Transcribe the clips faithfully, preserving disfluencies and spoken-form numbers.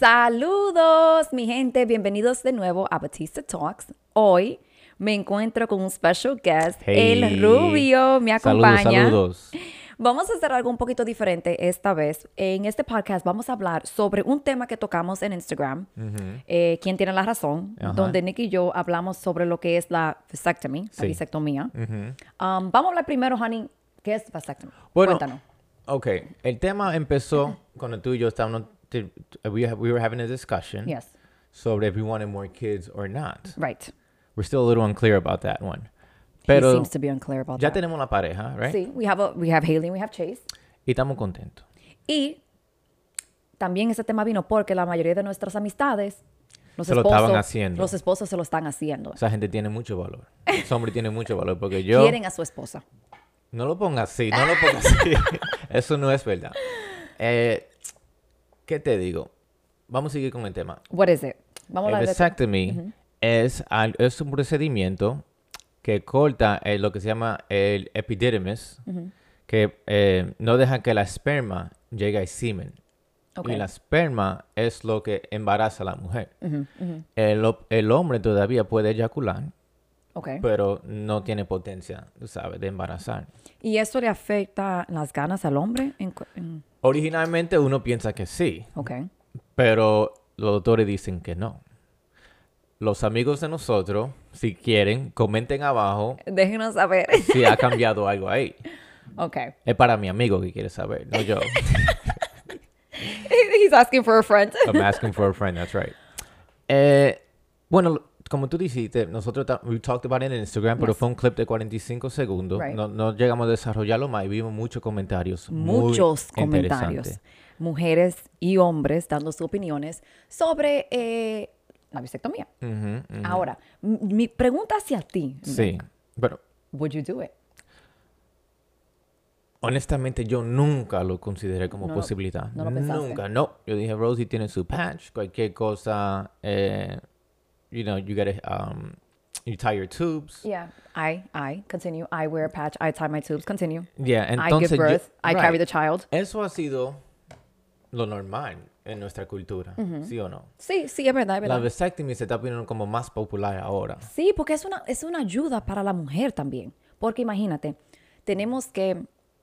Saludos, mi gente. Bienvenidos de nuevo a Batista Talks. Hoy me encuentro con un special guest, Hey. el Rubio. Me acompaña. Saludos, saludos. Vamos a hacer algo un poquito diferente esta vez. En este podcast vamos a hablar sobre un tema que tocamos en Instagram, Uh-huh. eh, ¿Quién tiene la razón? Ajá. Donde Nick y yo hablamos sobre lo que es la vasectomy, la Sí. bisectomía. Uh-huh. Um, vamos a hablar primero, honey, ¿qué es vasectomy? Bueno, Cuéntanos. ok. El tema empezó cuando tú y yo estábamos... te- We, ha- we were having a discussion Yes, sobre if we wanted more kids or not. right. We're still a little unclear about that one. He Pero seems to be unclear about ya that. tenemos la pareja, right? Sí, we have, a, we have Haley and we have Chase. Y estamos contentos. Y también ese tema vino porque la mayoría de nuestras amistades, los Se lo esposos, estaban haciendo. los esposos se lo están haciendo. Esa gente tiene mucho valor. Ese hombre tiene mucho valor porque yo... Quieren a su esposa. No lo pongas así, no lo pongas así. Eso no es verdad. Eh, ¿Qué te digo? Vamos a seguir con el tema. What is it? Vamos a El hablar de vasectomy es, al- es un procedimiento que corta eh, lo que se llama el epididymis, que eh, no deja que la esperma llegue al semen. Ok. Y la esperma es lo que embaraza a la mujer. Ujú, ujú. El, ho- el hombre todavía puede eyacular, Ok. pero no tiene potencia, tú sabes, de embarazar. ¿Y eso le afecta las ganas al hombre? En cu- en- Originalmente uno piensa que sí, Ok. pero los doctores dicen que no. Los amigos de nosotros, si quieren, comenten abajo Déjenos saber. si ha cambiado algo ahí. Ok. Es para mi amigo que quiere saber, no yo. He's asking for a friend. I'm asking for a friend, that's right. Eh, bueno, como tú dijiste, nosotros ta- we talked about it en Instagram, pero Yes. fue un clip de cuarenta y cinco segundos. Right. No, no llegamos a desarrollarlo más y vimos muchos comentarios. muy Muchos comentarios. interesantes. Mujeres y hombres dando sus opiniones sobre eh, la bisectomía. Ujú, ujú. Ahora, m- mi pregunta hacia ti. Sí, pero Would you do it? honestamente yo nunca lo consideré como No lo- posibilidad. no lo pensaste. Nunca, no. Yo dije, Rosie tiene su patch, cualquier cosa, eh, you know, you gotta, um, you tie your tubes. Yeah. I, I, continue. I wear a patch. I tie my tubes. Continue. Yeah, I entonces give yo- birth. I carry the right. child. Eso ha sido lo normal en nuestra cultura, ¿sí o no? Sí, sí, es verdad, es La verdad. vasectomía se está poniendo como más popular ahora. Sí, porque es una, es una ayuda para la mujer también. Porque imagínate, tenemos que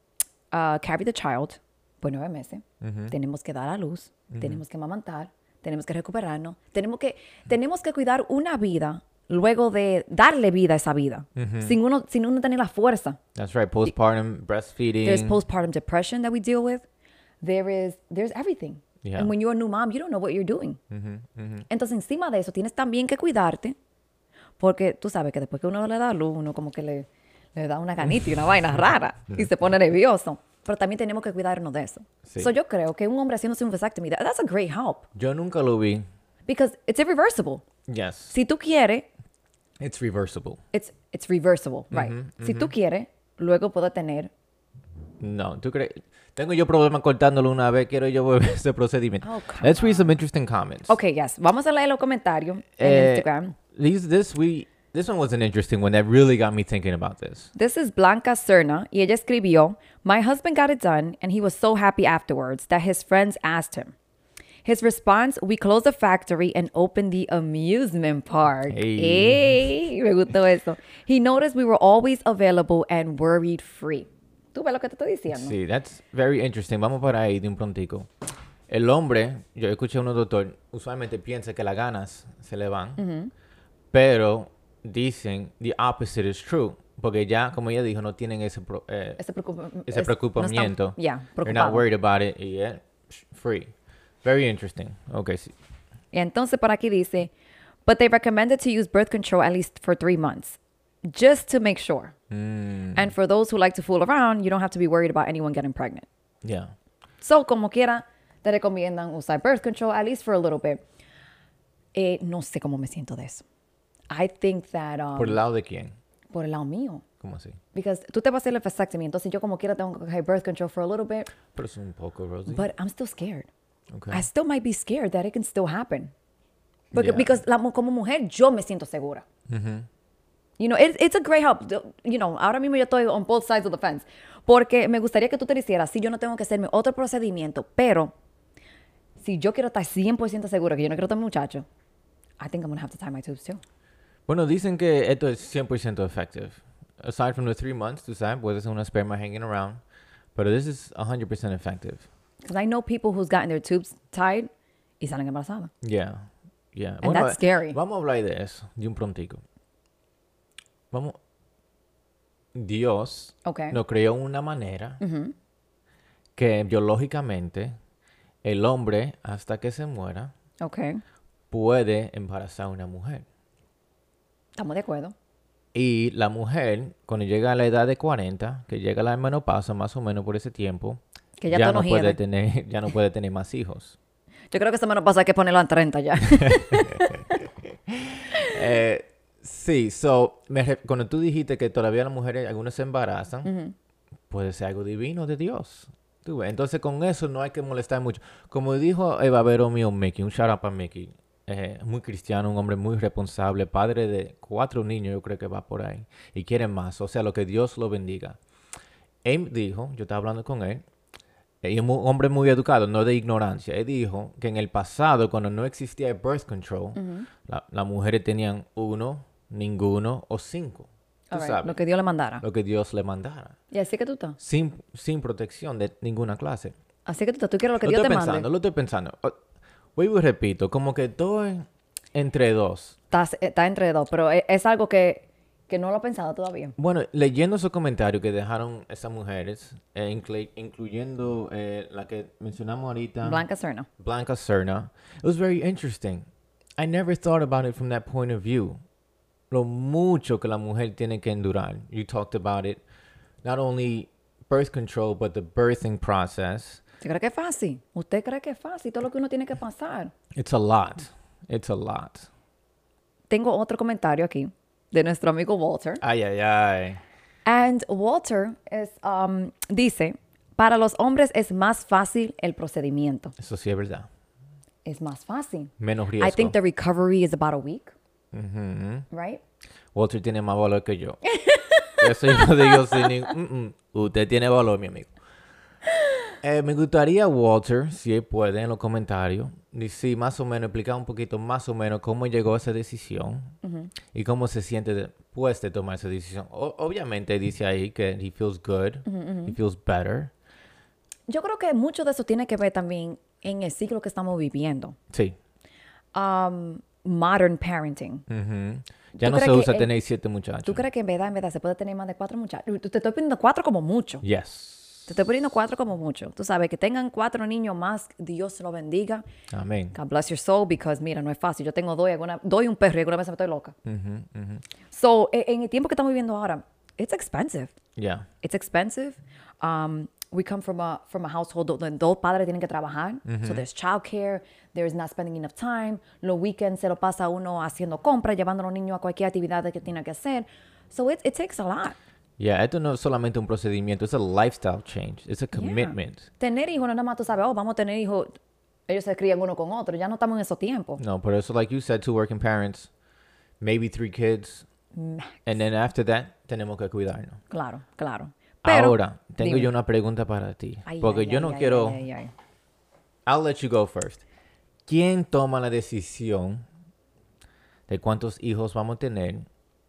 uh, carry the child por nueve meses, tenemos que dar a luz, tenemos que amamantar, tenemos que recuperarnos, tenemos que, tenemos que cuidar una vida luego de darle vida a esa vida, sin, uno, sin uno tener la fuerza. That's right, postpartum, breastfeeding. There's postpartum depression that we deal with. There is, there's everything. Yeah. And when you're a new mom, you don't know what you're doing. Ujú, ujú. Entonces, encima de eso, tienes también que cuidarte, porque tú sabes que después que uno le da luz, uno como que le, le da una ganita y una vaina rara y se pone nervioso. Pero también tenemos que cuidarnos de eso. Sí. So, yo creo que un hombre haciéndose un vasectomy, that- that's a great help, Yo nunca lo vi. because it's irreversible. Yes, Si tú quieres, it's reversible. it's, it's reversible, right? Si tú quieres, luego puedes tener... No, ¿tú crees? Tengo yo problema cortándolo una vez, quiero yo volver a ese procedimiento. Oh, come Let's read some interesting comments. Ok, yes. Vamos a leer los comentarios en Eh, Instagram. These, this, we, this one was an interesting one that really got me thinking about this. This is Blanca Serna, y ella escribió, My husband got it done, and he was so happy afterwards that his friends asked him. His response, we closed the factory and opened the amusement park. Hey. Hey, me gustó eso. He noticed we were always available and worried free. ¿Tú ves lo que te estoy diciendo? Sí, that's very interesting. Vamos para ahí de un prontico. El hombre, yo escuché a un doctor, usualmente piensa que las ganas se le van, pero dicen the opposite is true, porque ya, como ella dijo, no tienen ese, pro- eh, Ese, preocupa- ese es- preocupamiento. No están, yeah, They're not preocupados. worried about it y yeah, sh- free. Very interesting. Okay, sí. Y entonces por aquí dice, but they recommended to use birth control at least for three months, just to make sure. Mm, And for those who like to fool around, you don't have to be worried about anyone getting pregnant. yeah. So, como quiera, te recomiendan usar birth control, at least for a little bit. Eh, no sé cómo me siento de eso. I think that... um, ¿Por el lado de quién? por el lado mío. ¿Cómo así? Because tú te vas a hacer la vasectomy, entonces yo como quiera tengo que coger birth control for a little bit, Pero es un poco, Rosie. but I'm still scared. Okay. I still might be scared that it can still happen. Porque, Yeah. because la, mu- como mujer yo me siento segura. Mhm. You know, it, it's a great help. You know, ahora mismo yo estoy on both sides of the fence. Porque me gustaría que tú te lo hicieras. Si yo no tengo que hacerme otro procedimiento, pero si yo quiero estar cien por ciento segura que yo no quiero tener muchacho, I think I'm going to have to tie my tubes too. Bueno, dicen que esto es cien por ciento effective. Aside from the three months, tú sabes, puede ser una esperma hanging around. Pero this is one hundred percent effective. Because I know people who's gotten their tubes tied y salen embarazadas. Yeah, yeah. And Bueno, that's scary. Vamos a hablar de eso, de un prontico. Vamos. Dios Okay. nos creó de una manera Mm-hmm. que biológicamente el hombre, hasta que se muera, Okay. puede embarazar a una mujer. Estamos de acuerdo. Y la mujer, cuando llega a la edad de cuarenta, que llega a la menopausa más o menos por ese tiempo, Que ya, ya todo no nos puede hiede. tener, ya no puede tener más hijos. Yo creo que esta semana pasa hay que ponerlo en treinta ya. Eh, sí, so, me re- cuando tú dijiste que todavía las mujeres, algunas se embarazan, Mm-hmm. puede ser algo divino de Dios. Tú ves, entonces con eso no hay que molestar mucho. Como dijo el babero mío, Mickey, un shout out para Mickey, eh, muy cristiano, un hombre muy responsable, padre de cuatro niños, yo creo que va por ahí, y quiere más, o sea, lo que Dios lo bendiga. Él dijo, yo estaba hablando con él, y es un hombre muy educado, no de ignorancia. Él dijo que en el pasado, cuando no existía el birth control, Mm-hmm. la- las mujeres tenían uno, ninguno o cinco. Tú All right, sabes, lo que Dios le mandara. lo que Dios le mandara. Y así que tú estás. Sin, sin protección de ninguna clase. Así que tú estás. Tú quieres lo que Lo Dios estoy te pensando, mande. lo estoy pensando. O- Vuelvo y repito, como que estoy entre dos. Estás, está entre dos, pero es, es algo que, que no lo he pensado todavía. Bueno, leyendo esos comentarios que dejaron esas mujeres, eh, inclu- incluyendo eh, la que mencionamos ahorita, Blanca Serna. Blanca Serna, it was very interesting. I never thought about it from that point of view. Lo mucho que la mujer tiene que endurar. You talked about it. Not only birth control, but the birthing process. ¿Usted cree que es fácil? ¿Usted cree que es fácil? Todo lo que uno tiene que pasar. It's a lot. It's a lot. Tengo otro comentario aquí de nuestro amigo Walter. Ay, ay, ay. And Walter es, um, dice, para los hombres es más fácil el procedimiento. Eso sí es verdad. Es más fácil. Menos riesgo. I think the recovery is about a week, Ujú. right? Walter tiene más valor que yo. Eso yo lo digo sin ni- mm, mm. Usted tiene valor, mi amigo. Eh, me gustaría, Walter, si él puede, en los comentarios, decir más o menos, explicar un poquito más o menos cómo llegó a esa decisión y cómo se siente después de tomar esa decisión. O- obviamente dice ahí que he feels good, he feels better. Yo creo que mucho de eso tiene que ver también en el ciclo que estamos viviendo. Sí. Um, modern parenting. Ujú. Ya ¿Tú no se crees que usa el- tener siete muchachos. ¿Tú crees que en verdad, en verdad se puede tener más de cuatro muchachos? Te estoy poniendo cuatro como mucho. Yes. Te estoy poniendo cuatro como mucho. Tú sabes, que tengan cuatro niños más, Dios se lo bendiga. Amén. God bless your soul, because mira, no es fácil. Yo tengo dos y, alguna, dos y un perro y alguna vez me estoy loca. Ujú, ujú. So, e- en el tiempo que estamos viviendo ahora, it's expensive. Yeah. It's expensive. Um, we come from a from a household donde dos padres tienen que trabajar. So there's childcare, there's not spending enough time. Los weekends se lo pasa uno haciendo compras, llevando a los niños a cualquier actividad que tiene que hacer. So it, it takes a lot. Yeah, esto no es solamente un procedimiento, es a lifestyle change. It's a Yeah. commitment. Tener hijos no es nada más, tú sabes, oh, vamos a tener hijos. Ellos se crían uno con otro. Ya no estamos en esos tiempos. No, por eso, like you said, two working parents, maybe three kids. And then after that, tenemos que cuidarnos. Claro, claro. Pero, Ahora, tengo dime. yo una pregunta para ti. Ay, porque ay, yo ay, no ay, quiero... ay, ay, ay. I'll let you go first. ¿Quién toma la decisión de cuántos hijos vamos a tener?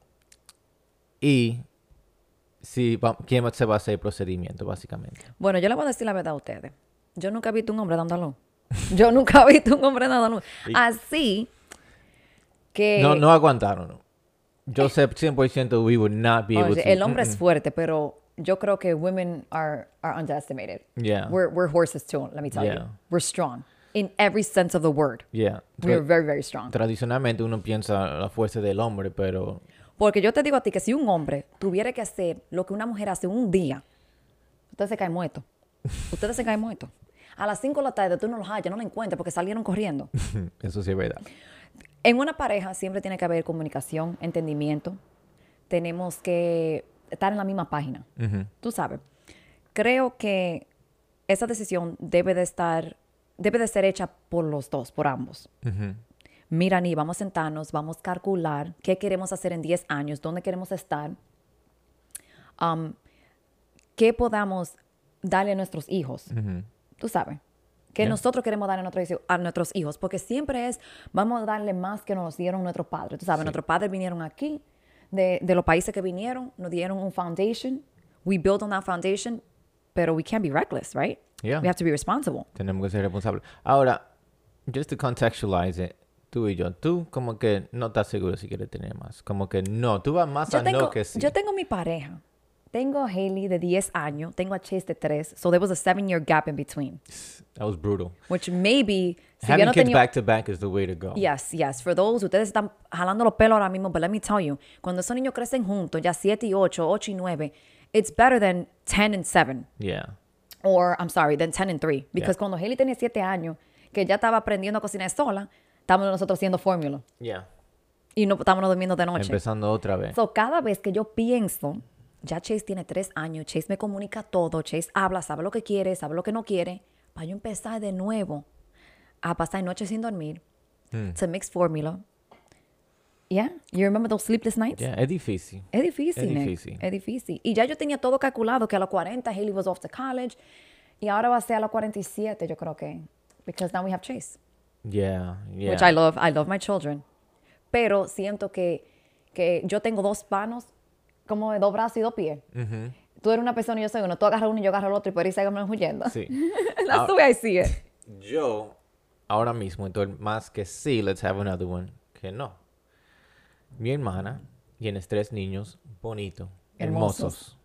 Y si va- quién se va a hacer el procedimiento, básicamente. Bueno, yo le voy a decir la verdad a ustedes. Yo nunca he visto un hombre dando a luz. Yo nunca he visto un hombre dando a luz. Así que... No, no aguantaron. no. Yo sé cien por ciento we would not be able Oye, to. el hombre es Mm-mm. fuerte, pero yo creo que women are, are underestimated. Yeah. We're, we're horses too, let me tell you. Yeah. We're strong. In every sense of the word. Yeah. We're Tra- very, very strong. tradicionalmente uno piensa la fuerza del hombre, pero Porque yo te digo a ti que si un hombre tuviera que hacer lo que una mujer hace un día, ustedes se caen muertos. Ustedes se caen muertos. A las cinco de la tarde tú no los hallas, no los encuentras porque salieron corriendo. eso sí es verdad. En una pareja siempre tiene que haber comunicación, entendimiento. Tenemos que estar en la misma página. Ujú. Tú sabes. Creo que esa decisión debe de estar, debe de ser hecha por los dos, por ambos. Ujú. Mira, Ni, vamos a sentarnos, vamos a calcular qué queremos hacer en diez años, dónde queremos estar, um, qué podamos darle a nuestros hijos. Ujú. Tú sabes. que Yeah. nosotros queremos dar a nuestros, hijos- a nuestros hijos, porque siempre es, vamos a darle más que nos dieron nuestros padres. Tú sabes, Sí. nuestros padres vinieron aquí, de, de los países que vinieron, nos dieron un foundation, we build on that foundation, pero we can't be reckless, right? Yeah. We have to be responsible. Tenemos que ser responsables. Ahora, just to contextualize it, tú y yo, tú como que no estás seguro si quieres tener más. Como que no, tú vas más Yo a tengo, no que sí. yo tengo mi pareja. Tengo a Hailey de diez años, tengo a Chase de tres, so there was a seven-year gap in between, That was brutal. which maybe, si Having hubiera kids tenido... back to back is the way to go. Yes, yes. For those, ustedes están jalando los pelos ahora mismo, but let me tell you, cuando esos niños crecen juntos, ya siete y ocho, ocho y nueve, it's better than ten and seven. Yeah. Or, I'm sorry, than ten and three. Because Yeah. cuando Hailey tenía siete años, que ya estaba aprendiendo a cocinar sola, estábamos nosotros haciendo fórmula. Yeah. Y no estábamos durmiendo de noche. Empezando otra vez. So, cada vez que yo pienso, ya Chase tiene tres años, Chase me comunica todo, Chase habla, sabe lo que quiere, sabe lo que no quiere, para yo empezar de nuevo a pasar noches sin dormir, to mix formula. Yeah, you remember those sleepless nights? Yeah, es difícil. Es difícil, Es Nick. difícil. Es difícil. Y ya yo tenía todo calculado, que a los cuarenta Hailey was off to college, y ahora va a ser a los cuarenta y siete, yo creo que, because now we have Chase. Yeah, yeah. Which I love. I love my children. Pero siento que, que yo tengo dos manos, como de dos brazos y dos pies. Tú eres una persona y yo soy uno. Tú agarras uno y yo agarro el otro y por ahí seguimos huyendo. Sí. That's the way I see it. Yo, ahora mismo, entonces, más que sí, let's have another one, que no. Mi hermana tiene tres niños bonitos, Hermosos. hermosos.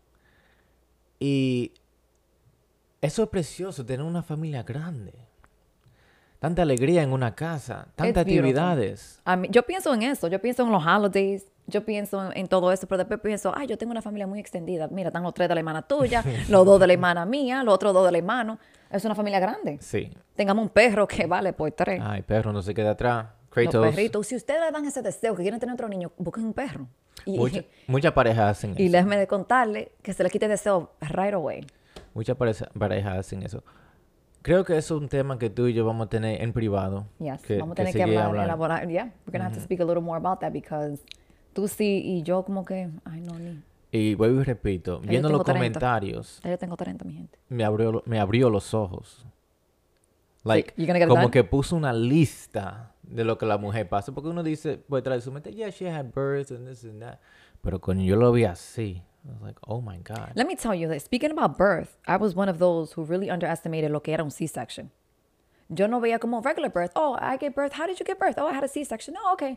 Y eso es precioso, tener una familia grande. Tanta alegría en una casa, tantas It's beautiful. actividades. A mí- yo pienso en eso. Yo pienso en los holidays. Yo pienso en, en todo eso. Pero después pienso, ay, yo tengo una familia muy extendida. Mira, están los tres de la hermana tuya, los dos de la hermana mía, los otros dos de la hermano. Es una familia grande. Sí. Tengamos un perro que vale por tres. Ay, perro, no se queda atrás. Los Kratos. perritos. Si ustedes le dan ese deseo que quieren tener otro niño, busquen un perro. Y, Mucha- muchas parejas hacen y eso. déjeme de contarle que se le quite el deseo right away. Muchas pareja- parejas hacen eso. Creo que eso es un tema que tú y yo vamos a tener en privado. Yes. que- Vamos a que tener que seguir hablar, hablando. elaborar. Yeah, we're going to have to speak a little more about that because tú sí y yo como que, ay, no, ni. Y vuelvo y repito, yo viendo tengo los treinta. comentarios, Ya yo tengo treinta, mi gente. me abrió, me abrió los ojos. Like, you gonna get it como done? que puso una lista de lo que la mujer pasa. Porque uno dice, por detrás de su mente, yeah, she had birth and this and that. Pero cuando yo lo vi así, I was like, oh my God. Let me tell you this. Speaking about birth, I was one of those who really underestimated lo que era un C-section. Yo no veía como regular birth. Oh, I gave birth. How did you give birth? Oh, I had a C-section. Oh, okay.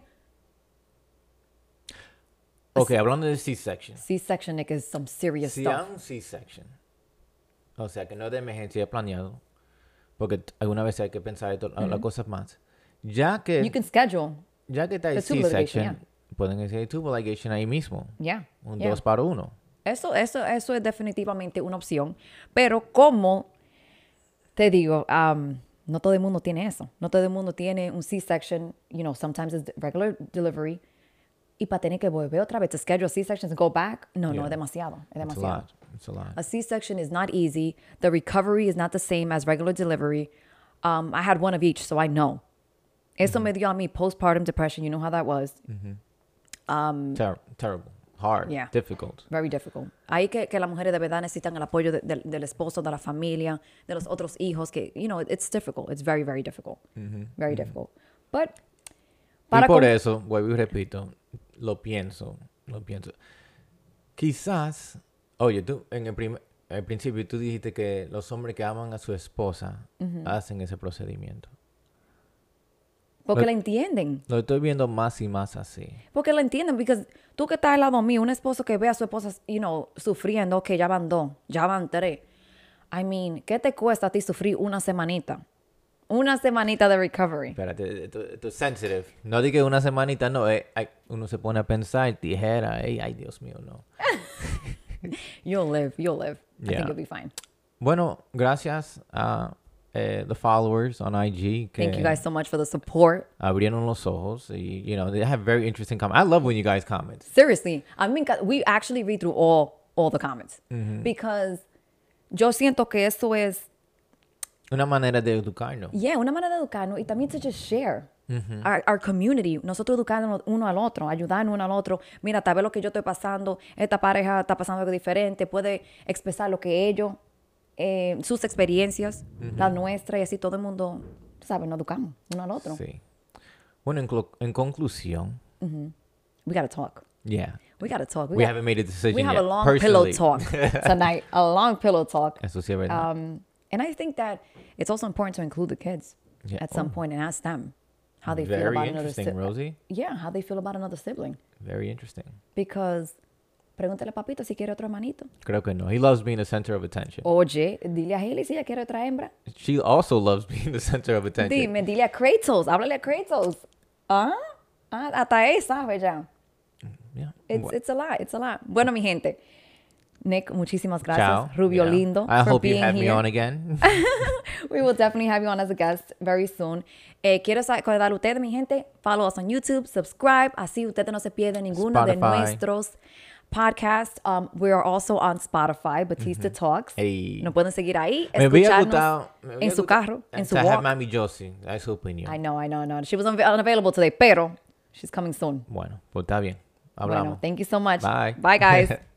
Ok, hablando de C-section. C-section, Nick, is some serious Si stuff. hay un C-section, o sea, que no es de emergencia, es planeado, porque t- alguna vez hay que pensar esto, las cosas más. Ya que, You can schedule. ya que está el the tube ligation, C-section, pueden hacer tube ligation ahí mismo. Yeah. Un yeah. dos para uno. Eso, eso, eso es definitivamente una opción. Pero como te digo, um, no todo el mundo tiene eso. No todo el mundo tiene un C-section. You know, sometimes it's regular delivery. Y para tener que volver otra vez to schedule C-sections and go back, no, no, Yeah. es demasiado. Es It's a demasiado. lot. It's a lot. A C-section is not easy. The recovery is not the same as regular delivery. Um, I had one of each, so I know. Eso me dio a mí postpartum depression. You know how that was. Ter- terrible. Hard. Yeah. Difficult. Very difficult. Ahí que, que las mujeres de verdad necesitan el apoyo de- del- del esposo, de la familia, de los otros hijos, que, you know, it's difficult. It's very, very difficult. Very difficult. But, Y por com- eso, vuelvo y repito, lo pienso, lo pienso. Quizás, oye, tú en el, prim- al principio tú dijiste que los hombres que aman a su esposa hacen ese procedimiento. porque But- la entienden. Lo estoy viendo más y más así. Porque la entienden. Porque tú que estás al lado mío, un esposo que ve a su esposa, you know, sufriendo, que ya van dos, ya van tres. I mean, ¿qué te cuesta a ti sufrir una semanita? Una semanita de recovery. Espérate, esto, esto es sensitive. No di que una semanita, no. eh, ay, uno se pone a pensar, tijera, ey, ay, Dios mío, no. You'll live, you'll live. I Yeah. think you'll be fine. Bueno, gracias a eh, the followers on I G que Thank you guys so much for the support. abrieron los ojos y, you know, they have very interesting comments. I love when you guys comment. Seriously, I mean, we actually read through all all the comments because yo siento que eso es, Una manera de educarnos. yeah, una manera de educarnos y también to just share our, our community. Nosotros educarnos uno al otro, ayudarnos uno al otro. Mira, tal vez lo que yo estoy pasando, esta pareja está pasando algo diferente, puede expresar lo que ellos eh, sus experiencias, uh-huh. las nuestras, y así todo el mundo, ¿sabes? Nos educamos uno al otro. Sí. Bueno, en, clo- en conclusión. Uh-huh. We gotta talk. Yeah. We gotta talk. We, we haven't made a decision We have yet, a long personally. pillow talk tonight. A long pillow talk. Eso sí es verdad. Um, and I think that it's also important to include the kids yeah. at some oh. point and ask them how they Very feel about another interesting, sibling. Rosie. Yeah, how they feel about another sibling. Very interesting. Because, pregúntale a Papito si quiere otro hermanito. Creo que no. He loves being the center of attention. Oye, dile a Haley si ella quiere otra hembra. She also loves being the center of attention. Dime, dile a Kratos. Háblale a Kratos. ¿Ah? ah hasta él sabe ya. Yeah. It's, Well, it's a lot. It's a lot. Bueno, mi gente. Nick, muchísimas gracias. Ciao. Rubio Yeah. lindo. I for hope you being have here. me on again. We will definitely have you on as a guest very soon. Eh, quiero recordar a ustedes, mi gente, follow us on YouTube, subscribe, así ustedes no se pierden ninguno de Spotify. nuestros podcasts. Um, we are also on Spotify, Batista Talks. Hey. Nos pueden seguir ahí, Me había escucharnos gustado. me había en su gustado- carro, en su to have walk. Mami Josie. That's su opinión. I know, I know, I know. She was unava- unavailable today, pero she's coming soon. Bueno, pues está bien. Hablamos. Bueno, thank you so much. Bye. Bye, guys.